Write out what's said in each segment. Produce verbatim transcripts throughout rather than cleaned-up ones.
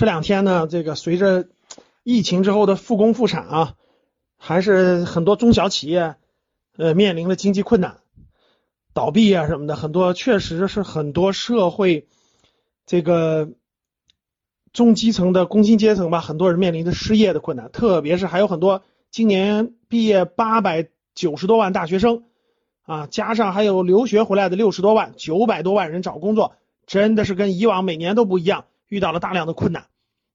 这两天呢，这个随着疫情之后的复工复产啊，还是很多中小企业呃面临了经济困难，倒闭啊什么的，很多确实是很多社会这个中基层的工薪阶层吧，很多人面临着失业的困难，特别是还有很多今年毕业八百九十多万大学生啊，加上还有留学回来的六十多万，九百多万人找工作，真的是跟以往每年都不一样，遇到了大量的困难。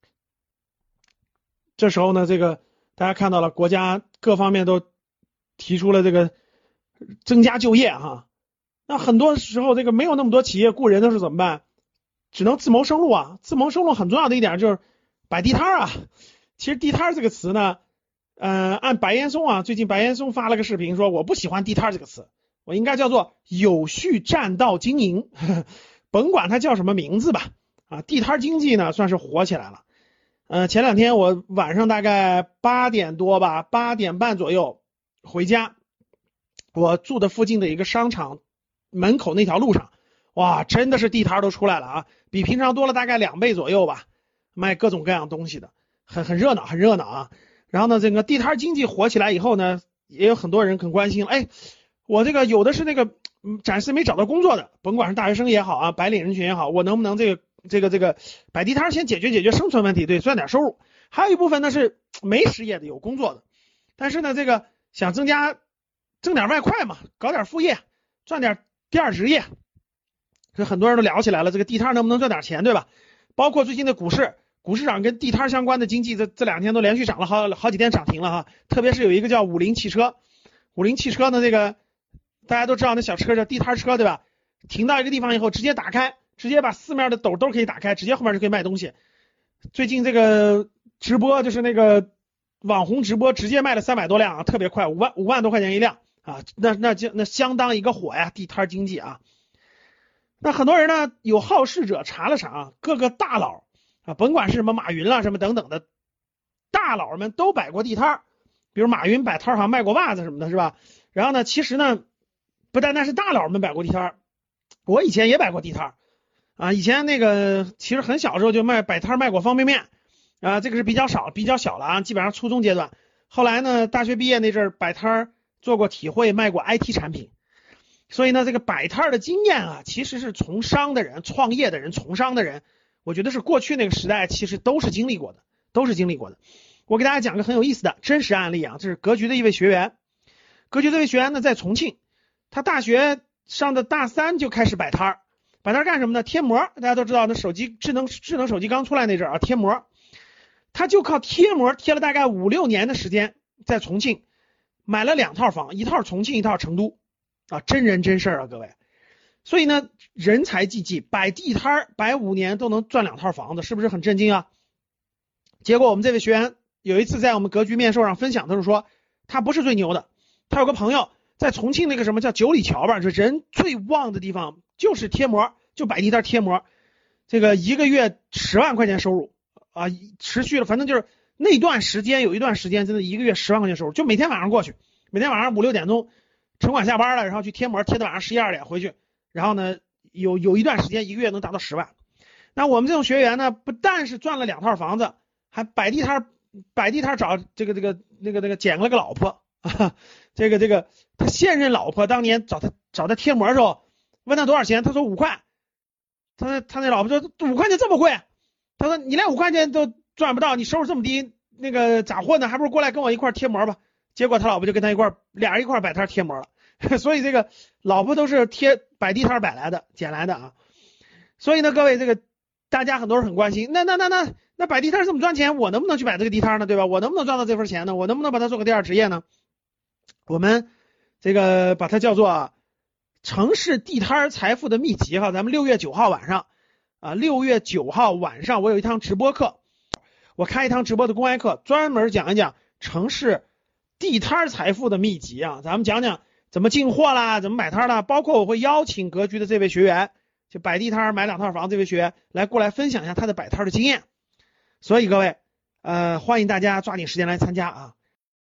这时候呢，这个大家看到了，国家各方面都提出了这个增加就业哈。那很多时候这个没有那么多企业雇人的时候怎么办？只能自谋生路啊。自谋生路很重要的一点就是摆地摊啊。其实地摊这个词呢，呃，按白岩松啊，最近白岩松发了个视频说，我不喜欢地摊这个词，我应该叫做有序占道经营，呵呵，甭管它叫什么名字吧。啊，地摊经济呢算是火起来了。呃，前两天我晚上大概八点多吧，八点半左右回家，我住的附近的一个商场门口那条路上，哇，真的是地摊都出来了啊，比平常多了大概两倍左右吧，卖各种各样东西的，很很热闹，很热闹啊。然后呢，这个地摊经济火起来以后呢，也有很多人很关心，哎，我这个有的是那个嗯暂时没找到工作的，甭管是大学生也好啊，白领人群也好，我能不能这个这个这个摆地摊先解决解决生存问题，对，赚点收入。还有一部分呢是没失业的，有工作的，但是呢这个想增加挣点外快嘛，搞点副业，赚点第二职业。这很多人都聊起来了，这个地摊能不能赚点钱，对吧？包括最近的股市，股市涨跟地摊相关的经济，这这两天都连续涨了好好几天涨停了哈。特别是有一个叫五菱汽车，五菱汽车呢，这个大家都知道那小车叫地摊车，对吧？停到一个地方以后直接打开，直接把四面的斗都可以打开，直接后面就可以卖东西。最近这个直播就是那个网红直播，直接卖了三百多辆啊，特别快，五万五万多块钱一辆啊，那那就那相当一个火呀，地摊经济啊。那很多人呢有好事者查了查啊，各个大佬啊，甭管是什么马云啦什么等等的大佬们都摆过地摊，比如马云摆摊好像卖过袜子什么的，是吧？然后呢，其实呢不单单是大佬们摆过地摊，我以前也摆过地摊啊，以前那个其实很小时候就卖摆摊卖过方便面啊，这个是比较少比较小了啊，基本上初中阶段。后来呢，大学毕业那阵摆摊做过体会，卖过 I T 产品。所以呢，这个摆摊的经验啊，其实是从商的人、创业的人、从商的人，我觉得是过去那个时代其实都是经历过的，都是经历过的。我给大家讲个很有意思的真实案例啊，这是格局的一位学员。格局这位学员呢在重庆，他大学上的大三就开始摆摊，摆摊干什么呢？贴膜，大家都知道，那手机智能智能手机刚出来那阵啊，贴膜，他就靠贴膜贴了大概五六年的时间，在重庆买了两套房，一套重庆，一套成都。啊，真人真事儿啊，各位。所以呢，人才济济，摆地摊摆五年都能赚两套房子，是不是很震惊啊？结果我们这位学员有一次在我们格局面授上分享，他就说他不是最牛的，他有个朋友在重庆那个什么叫九里桥吧，这人最旺的地方就是贴膜，就摆地摊贴膜，这个一个月十万块钱收入啊，持续了，反正就是那段时间有一段时间真的一个月十万块钱收入，就每天晚上过去，每天晚上五六点钟。城管下班了，然后去贴膜，贴到晚上十一二点回去，然后呢，有有一段时间一个月能达到十万。那我们这种学员呢，不但是赚了两套房子，还摆地摊，摆地摊找这个这个那个那个捡了个老婆啊，这个这个他现任老婆当年找他找他贴膜的时候，问他多少钱，他说五块，他他那老婆说五块钱这么贵，他说你连五块钱都赚不到，你收入这么低，那个咋混呢？还不如过来跟我一块贴膜吧。结果他老婆就跟他一块俩人一块摆摊贴膜了，所以这个老婆都是贴摆地摊摆来的捡来的啊。所以呢，各位这个大家很多人很关心，那那那那那摆地摊这么赚钱，我能不能去摆这个地摊呢？对吧？我能不能赚到这份钱呢？我能不能把它做个第二职业呢？我们这个把它叫做城市地摊财富的秘籍哈，咱们六月九号晚上啊，六月九号晚上我有一堂直播课，我开一堂直播的公开课，专门讲一讲城市地摊财富的秘籍啊，咱们讲讲怎么进货啦，怎么买摊啦，包括我会邀请格局的这位学员，就摆地摊买两套房这位学员来过来分享一下他的摆摊的经验。所以各位，呃，欢迎大家抓紧时间来参加啊。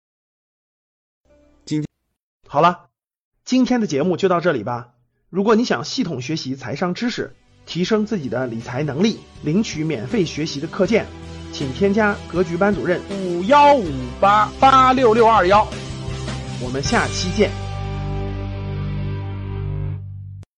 今好了，今天的节目就到这里吧。如果你想系统学习财商知识， 提升自己的理财能力，领取免费学习的课件，请添加格局班主任五幺五八八六六二幺。 我们下期见。